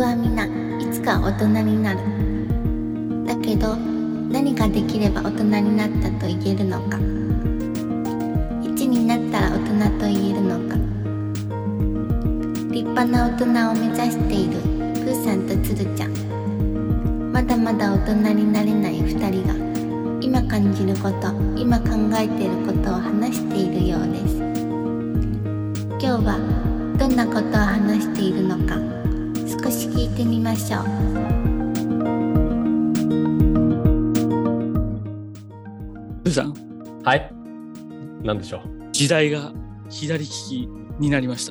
は皆いつか大人になる。だけど何ができれば大人になったと言えるのか。1になったら大人と言えるのか。立派な大人を目指しているプーさんとつるちゃん。まだまだ大人になれない2人が今感じること、今考えていることを話しているようです。今日はどんなことを話しているのか少し聞いてみましょう。 プーさん、 はい。なんでしょう。 時代が左利きになりました。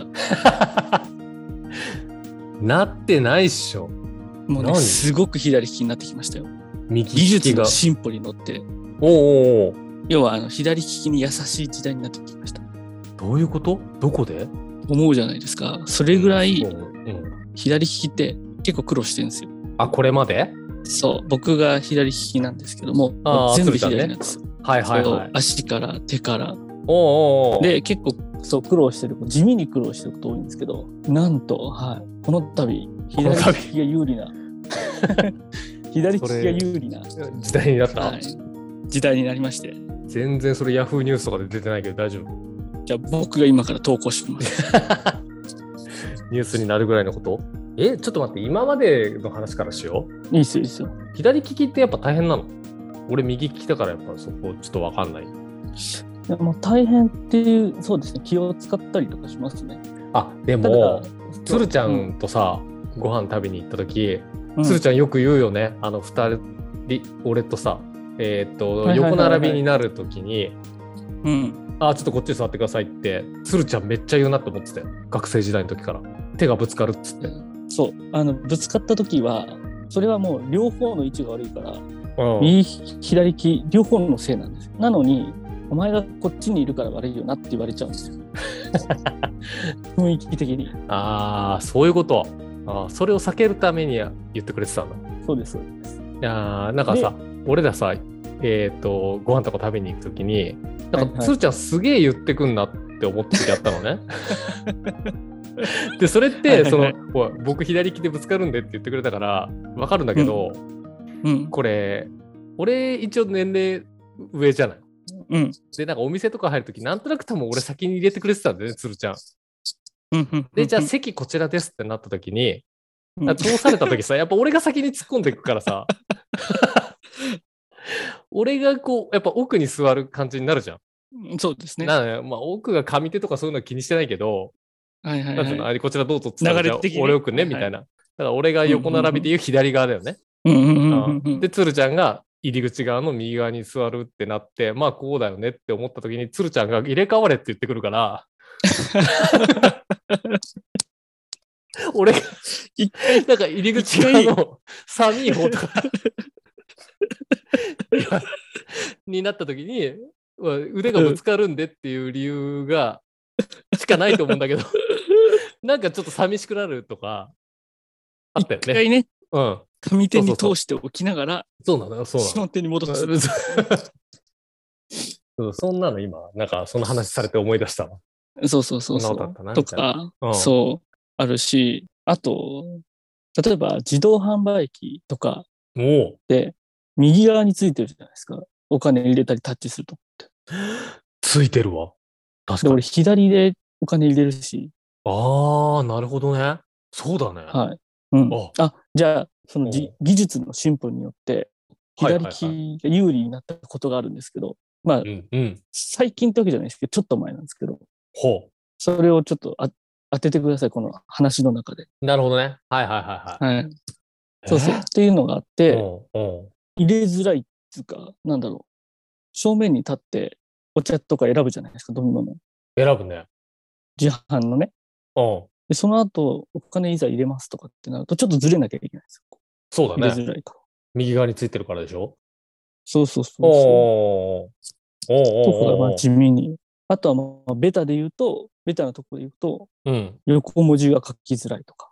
なってないっしょ。 もうね、すごく左利きになってきましたよ。 右利きが技術の進歩に乗って。 おう要は左利きに優しい時代になってきました。 どういうこと？どこで？ 思うじゃないですか。それぐらいうん左利きって結構苦労してるんですよ。 あ、これまで？ そう、僕が左利きなんですけども、全部左なんですよ。 はいはいはい。 足から手から。 おうで、結構そう苦労してる、地味に苦労してること多いんですけど、なんと、はい、この度左利きが有利な左利きが有利な時代になった、 はい、時代になりまして。 全然それヤフーニュースとかで出てないけど大丈夫？ じゃあ僕が今から投稿しますニュースになるぐらいのこと？ちょっと待って、今までの話からしよう。いいっすよいいっすよ。 左利きってやっぱ大変なの？俺右利きだからやっぱそこちょっと分かんない。 いやもう大変っていう、そうですね、気を使ったりとかしますね。 あ、でもつるちゃんとさ、ご飯食べに行った時、つるちゃんよく言うよね。2人、俺とさ、横並びになる時に、ちょっとこっちに座ってくださいってつるちゃんめっちゃ言うなって思ってたよ。学生時代の時から手がぶつかるっつって。 そう、ぶつかった時はそれはもう両方の位置が悪いから、右左利き両方のせいなんですよ。なのにお前がこっちにいるから悪いよなって言われちゃうんですよ雰囲気的に。 ああ、そういうこと。それを避けるために言ってくれてたんだ。 そうですそうです。 いやなんかさ、俺らさ、ご飯とか食べに行くときに、なんかつるちゃんすげえ言ってくんなって思ってやったのね。でそれって僕左利きでぶつかるんでって言ってくれたから分かるんだけど、これ俺一応年齢上じゃない。でなんかお店とか入るときなんとなく多分俺先に入れてくれてたんだよね、つるちゃん。でじゃあ席こちらですってなったときに、通されたときさ、やっぱ俺が先に突っ込んでいくからさ俺がこうやっぱ奥に座る感じになるじゃん。 そうですね。 奥が上手とかそういうのは気にしてないけど、こちらどうぞっつったら、 流れ的に俺奥ね、みたいな。だから俺が横並びでいう左側だよね。で、つるちゃんが入り口側の右側に座るってなって、まあこうだよねって思った時に、つるちゃんが入れ替われって言ってくるから、俺がなんか入り口側の寒い方とかになった時に、腕がぶつかるんでっていう理由がしかないと思うんだけどなんかちょっと寂しくなるとかあったよね。 一回ね、上手に通しておきながら、 そうなの下手に戻す。 そんなの今なんかその話されて思い出したわ。 そうとか、そうあるし、あと例えば自動販売機とかで右側についてるじゃないですか。お金入れたりタッチするとついてるわ。確かに。 俺左でお金入れるし。 なるほどね。そうだね。 はい。じゃあその技術の進歩によって左利きが有利になったことがあるんですけど、最近ってわけじゃないですけど、ちょっと前なんですけど、それをちょっと当ててください、この話の中で。 なるほどね。はい。 そうっていうのがあって、入れづらいっていうか、なんだろう、正面に立ってお茶とか選ぶじゃないですか、飲み物。 選ぶね。 自販のね。でその後お金いざ入れますとかってなるとちょっとずれなきゃいけないんですよ。 そうだね。 入れづらいから。 右側についてるからでしょ。 そう。とかが地味に。あとはベタなところで言うと、横文字が書きづらいとか。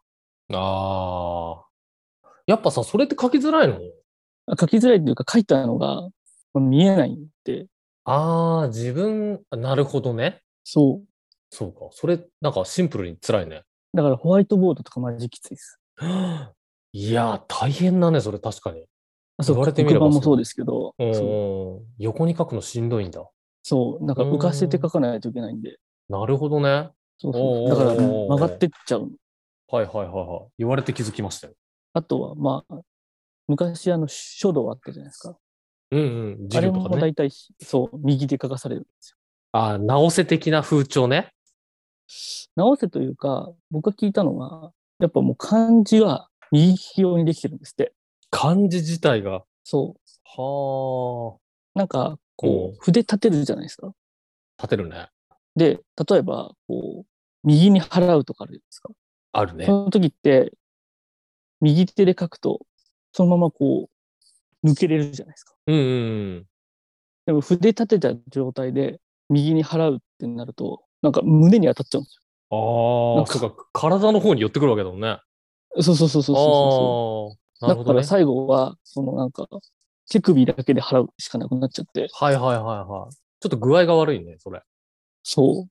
やっぱさ、それって書きづらいの？ 書きづらいっていうか、書いたのが見えないんで。 自分、なるほどね。 そうか。それ、なんかシンプルに辛いね。 だからホワイトボードとかマジきついです。 いや、大変だね、それ確かに。 そう、 言われてみれば黒板もそうですけど、 横に書くのしんどいんだ。 そう、なんか浮かせて書かないといけないんで。 なるほどね。 そうそう。だから曲がってっちゃう。 はいはいはいはい。言われて気づきましたよ。 あとは、まあ、昔書道あったじゃないですか。 うんうん。 あれ授業とかね。 も大体、そう、右で書かされるんですよ。 あ、直せ的な風潮ね。 直せというか、僕が聞いたのは、やっぱもう漢字は右利き用にできてるんですって。 漢字自体が。 そう。 はあ。 なんか、こう、筆立てるじゃないですか。 立てるね。 で、例えば、こう、右に払うとかあるじゃないですか。 あるね。 その時って、右手で書くと、そのままこう、抜けれるじゃないですか。 うんうん。 でも筆立てた状態で、右に払うってなると、なんか胸に当たっちゃうんですよ。ああ、そうか。体の方に寄ってくるわけだもんね。 そうそうそうそうそう。 なるほどね。 だから最後は、なんか、手首だけで払うしかなくなっちゃって。 はいはいはいはい。ちょっと具合が悪いね、それ。 そう。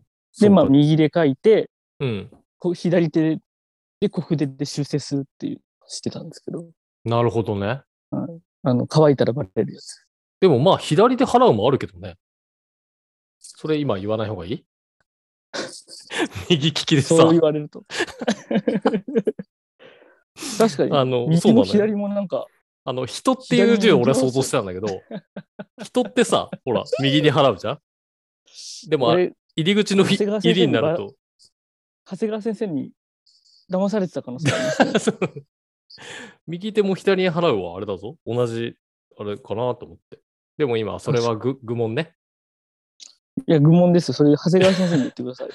で、 そうまあ、右で書いて、 うん。 こう左手で小筆で修正するっていうしてたんですけど。 なるほどね。 はい。乾いたらバレるやつ。 でもまあ、左で払うもあるけどね。それ今言わない方がいい右利きでさ。 そう言われると。確かに、右も左もなんか、 人っていう字を俺は想像してたんだけど、人ってさ、ほら、右に払うじゃんでも、入り口の入りになると。 長谷川先生に騙されてた可能性ありますね。 右手も左に払うはあれだぞ。同じ、あれかなと思って。でも今、それは愚問ね。 いや、愚問ですよ。それ、長谷川先生に言ってください。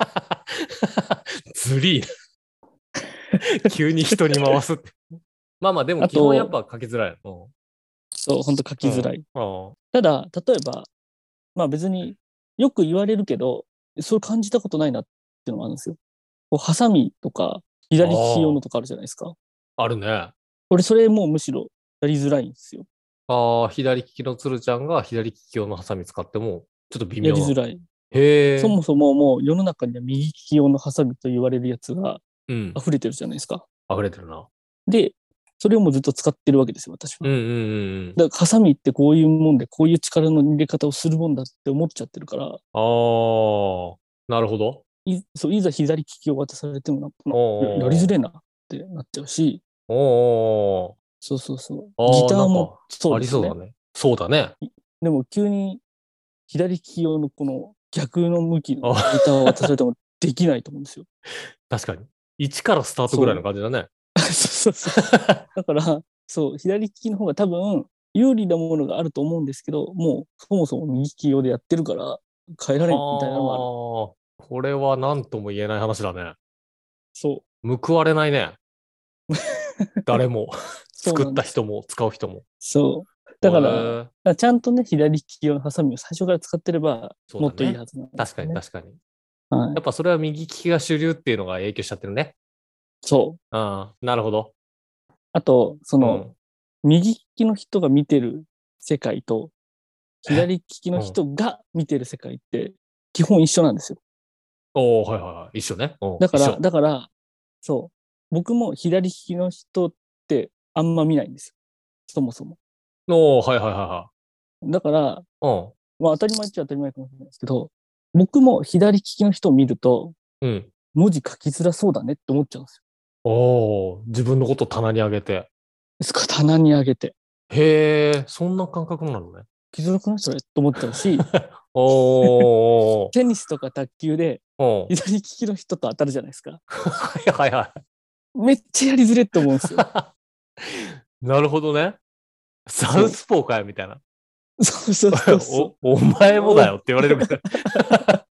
ずりーな。急に人に回すって。まあまあ、でも基本やっぱ書きづらい。 そう、本当書きづらい。ただ、例えば、まあ別によく言われるけど、そう感じたことないなっていうのがあるんですよ。こうハサミとか、左利き用のとかあるじゃないですか。 あるね。 俺、それもうむしろやりづらいんですよ。 ああ、左利きの鶴ちゃんが左利き用のハサミ使っても、ちょっと微妙やりづらい。 へえ。 そもそももう世の中には右利き用のハサミと言われるやつが溢れてるじゃないですか。 溢れてるな。 で、それをもうずっと使ってるわけですよ、私は。だから、ハサミってこういうもんで、こういう力の入れ方をするもんだって思っちゃってるから。ああ、 なるほど。 いざ左利きを渡されてもやりづれえなってなっちゃうし。そうそうそう。ギターもそうですね。 ありそうだね。そうだね。 でも急に左利き用のこの逆の向きのギターを渡されてもできないと思うんですよ。 確かに。1からスタートぐらいの感じだね。 そうそうそう。だから、そう、左利きの方が多分有利なものがあると思うんですけど、もうそもそも右利き用でやってるから変えられんみたいなのがある。 これは何とも言えない話だね。 そう。 報われないね。誰も。作った人も使う人も。 そう。だから、ちゃんとね、左利き用のハサミを最初から使ってれば、もっといいはずなんです、 ね。確かに確かに。 はい。 やっぱそれは右利きが主流っていうのが影響しちゃってるね。 そう。 なるほど。 あと、右利きの人が見てる世界と、左利きの人が見てる世界って、基本一緒なんですよ。 はいはい。一緒ね。 だから、そう。僕も左利きの人ってあんま見ないんですよ。そもそも。 はいはいはい。 だから、まあ当たり前っちゃ当たり前かもしれないですけど、僕も左利きの人を見ると、文字書きづらそうだねって思っちゃうんですよ。自分のこと棚に上げて。 棚に上げて。 へえ、そんな感覚なのね。 気づらくないそれと思っちゃうし、テニスとか卓球で、左利きの人と当たるじゃないですか。 はいはいはい。 めっちゃやりづれって思うんですよ。 なるほどね。サウスポーかよみたいな。 そうそうそうお前もだよって言われるみたいな。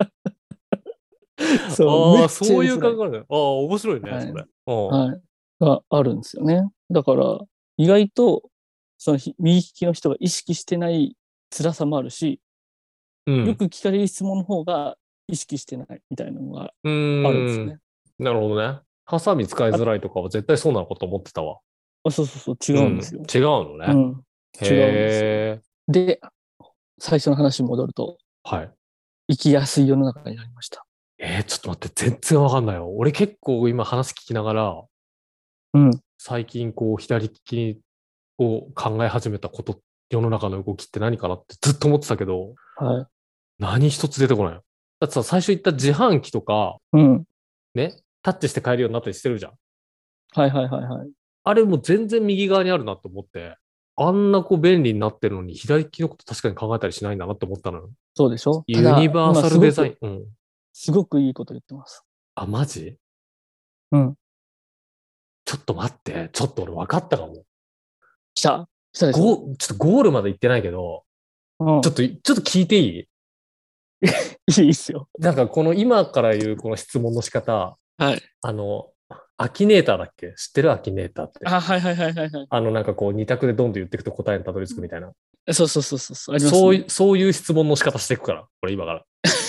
そういう考えね。面白いね、それ。 はい。があるんですよね。だから、意外と、右利きの人が意識してない辛さもあるし、よく聞かれる質問の方が意識してないみたいなのがあるんですよね。 なるほどね。ハサミ使いづらいとかは絶対そうなのかと思ってたわ。 そうそうそう、違うんですよ。 違うのね。 違うんです。で、最初の話に戻ると、生きやすい世の中になりました。 ちょっと待って、全然わかんないよ。俺結構今話聞きながら、 うん、 最近こう左利きを考え始めたこと、世の中の動きって何かなってずっと思ってたけど、 はい。 何一つ出てこない。だってさ、最初言った自販機とか、 うん。 ね、タッチして買えるようになったりしてるじゃん。 はいはいはいはい。 あれもう全然右側にあるなと思って、あんなこう便利になってるのに左利きのこと確かに考えたりしないんだなって思ったのよ。 そうでしょ。たユニだ、 バーサルデザイン。うん。 すごくいいこと言ってます。 あ、マジ？ うん。 ちょっと待って。ちょっと俺分かったかも。 来たでしょ。 ちょっとゴールまで行ってないけど、 うん。 ちょっと聞いていい？ いいっすよ。 なんかこの今から言うこの質問の仕方、 はい。 アキネーターだっけ？知ってる？アキネーターって。 はいはいはいはいはい。 なんかこう二択でどんどん言っていくと答えにたどり着くみたいな。 そうそうそうそう、ありますね。 そういう質問の仕方していくから、これ今から。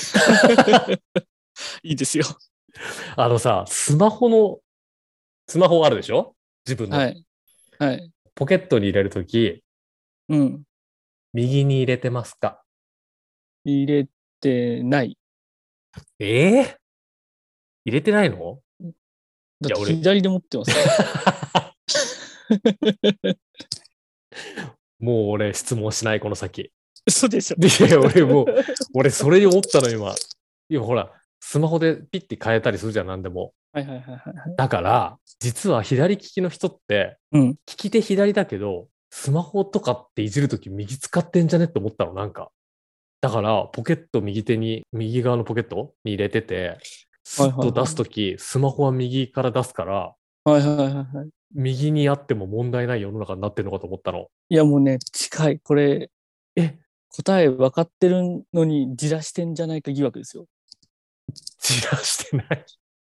いいですよ。 さ、スマホあるでしょ？自分の。 はい。はい。 ポケットに入れるとき、 うん。 右に入れてますか？ 入れてない。 入れてないの？ だって左で持ってますよ。 もう俺質問しない、この先。 嘘でしょ。 いや、俺それに思ったの今。いや、ほら、スマホでピッて変えたりするじゃん、なんでも。 はいはいはいはい。 だから、実は左利きの人って、 うん。 利き手左だけど、スマホとかっていじるとき右使ってんじゃねって思ったの、なんか。だから、ポケット右側のポケットに入れてて、スッと出すとき、スマホは右から出すから、 はいはいはいはい。 右にあっても問題ない世の中になってるのかと思ったの。 いやもうね、近い。これ、答え分かってるのにじらしてんじゃないか疑惑ですよ。 じらしてない。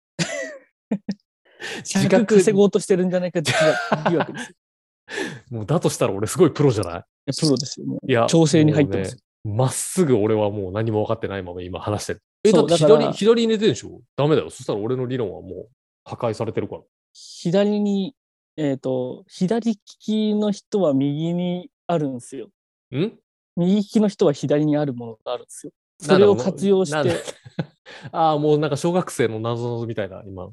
自覚稼ごうとしてるんじゃないか疑惑ですよ。 もうだとしたら俺すごいプロじゃない？いや、プロですよ。もういや、 調整に入ってますよ。 まっすぐ俺はもう何も分かってないまま今話してる。だって左に寝てるでしょ？ダメだよ。そしたら俺の理論はもう破壊されてるから。 左利きの人は右にあるんですよ。右利きの人は左にあるものがあるんですよ。それを活用して。 ああ、もうなんか小学生の謎みたいな、今。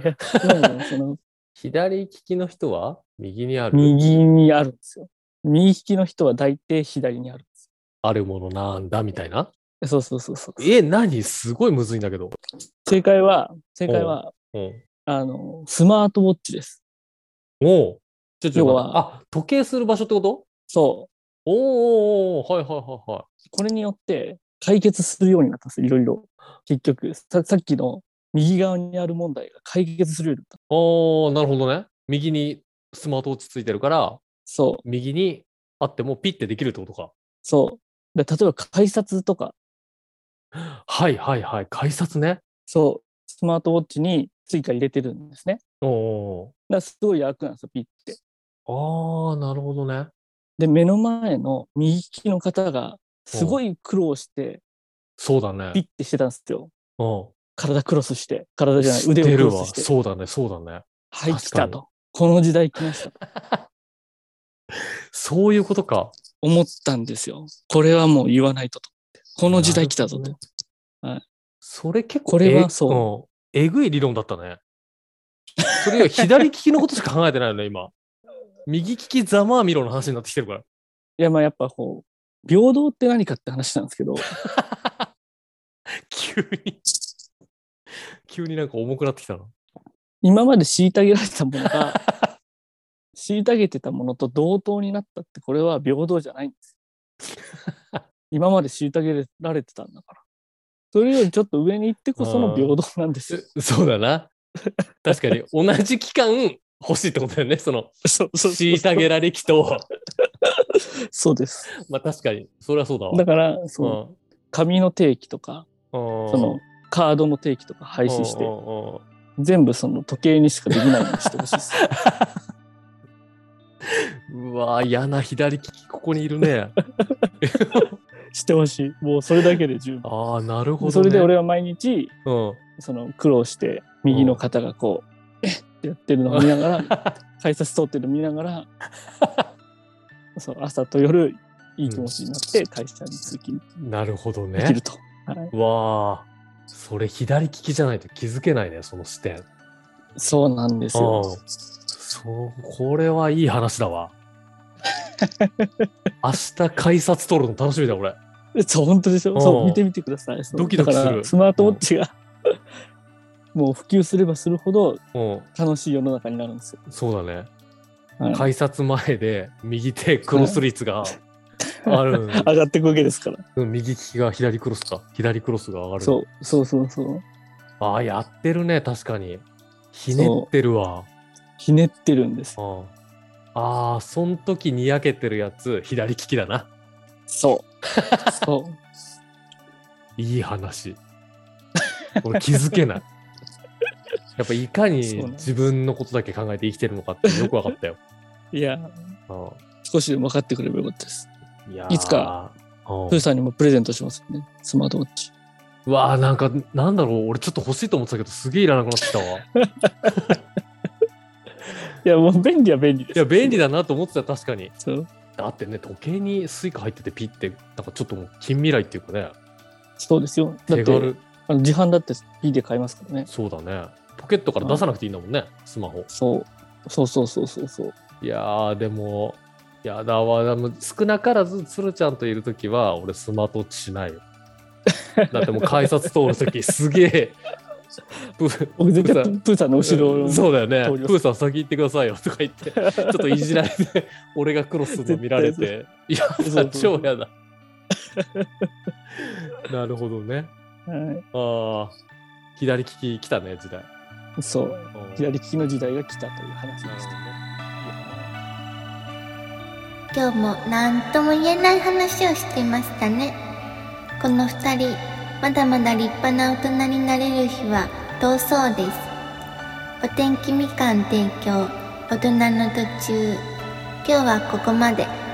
左利きの人は右にある？ 右にあるんですよ。右利きの人は大抵左にあるんです。 あるものなんだみたいな。 そうそうそうそう。 何？すごいむずいんだけど。 正解は、スマートウォッチです。 要は、時計する場所ってこと？ そう。 はいはいはいはい。 これによって解決するようになったんですよ、いろいろ。結局、さっきの右側にある問題が解決するようになった。 なるほどね。右にスマートウォッチついてるから、 そう。 右にあってもピッてできるってことか。 そう。例えば改札とか。 はいはいはい。改札ね。 そう。スマートウォッチに追加入れてるんですね。すごい楽なんですよ、ピッて。 なるほどね。 で、目の前の右利きの方がすごい苦労して、 そうだね。 ピッてしてたんですよ。体クロスして、体じゃない、腕をクロスして。 そうだね、そうだね。 はい、来たと。この時代来ました。 そういうことか。 思ったんですよ。これはもう言わないとと。この時代来たぞと。はい。 それ結構、 これはそう。 えぐい理論だったね。それは左利きのことしか考えてないよね、今。右利きざまあみろの話になってきてるから。 いや、まあやっぱこう、平等って何かって話なんですけど。 急になんか重くなってきたな。 今まで虐げられたものが、虐げてたものと同等になったって、これは平等じゃないんです。今まで虐げられてたんだから。それよりちょっと上に行ってこその平等なんですよ。 そうだな。確かに同じ期間欲しいってことだよね。虐げられ期と。 そうです。 まあ確かに、それはそうだわ。 だから、紙の定期とか、カードの定期とか廃止して、全部その時計にしかできないようにしてほしいです。 うわ嫌な左利きここにいるね。 してほしい。もうそれだけで十分。 なるほど、ね。 それで俺は毎日、その苦労して右の肩がこう、ってやってるのを見ながら、改札通ってるのを見ながら、朝と夜いい気持ちになって会社に通勤なるほどね。 できると。 わそれ左利きじゃないと気づけないね、その視点。 そうなんですよ。 そう、これはいい話だわ。明日改札通るの楽しみだ、俺。 そう、本当でしょ。そう、見てみてください。 ドキドキする。 だからスマートウォッチが、もう普及すればするほど楽しい世の中になるんですよ。 そうだね。はい、改札前で右手クロス率がある、 上がっていくわけですから。 右利きが左クロスか。左クロスが上がる。 そう。 ああ、やってるね、確かに。ひねってるわ。 ひねってるんですよ。 ああ、そん時にやけてるやつ、左利きだな。 そう。 いい話。俺気づけない。やっぱいかに自分のことだけ考えて生きてるのかってよく分かったよ。 いや、少しでも分かってくればよかったです。いつか、プーさんにもプレゼントしますよね、スマートウォッチ。 うわー、なんだろう、俺ちょっと欲しいと思ってたけど、すげえいらなくなってきたわ。 いや、もう便利は便利です。 いや、便利だなと思ってた、確かに。 そう。 だってね、時計にスイカ入っててピッて、なんかちょっともう近未来っていうかね。 そうですよ。だって、自販だってピッで買えますからね。 そうだね。ポケットから出さなくていいんだもんね、スマホ。そう。いやー、でも、やだわ。少なからず、鶴ちゃんといるときは、俺スマートウォッチしないよ。だってもう改札通るとき、すげえ。 僕絶対プーさんの後ろを、 そうだよね。プーさん先行ってくださいよとか言って、ちょっといじられて、俺がクロスの見られて、いや、超やだ。なるほどね。ああ、左利き来たね、時代。 そう、左利きの時代が来たという話でしたね。 今日も何とも言えない話をしていましたね。この2人、まだまだ立派な大人になれる日は遠そうです。お天気みかん提供、大人の途中。今日はここまで。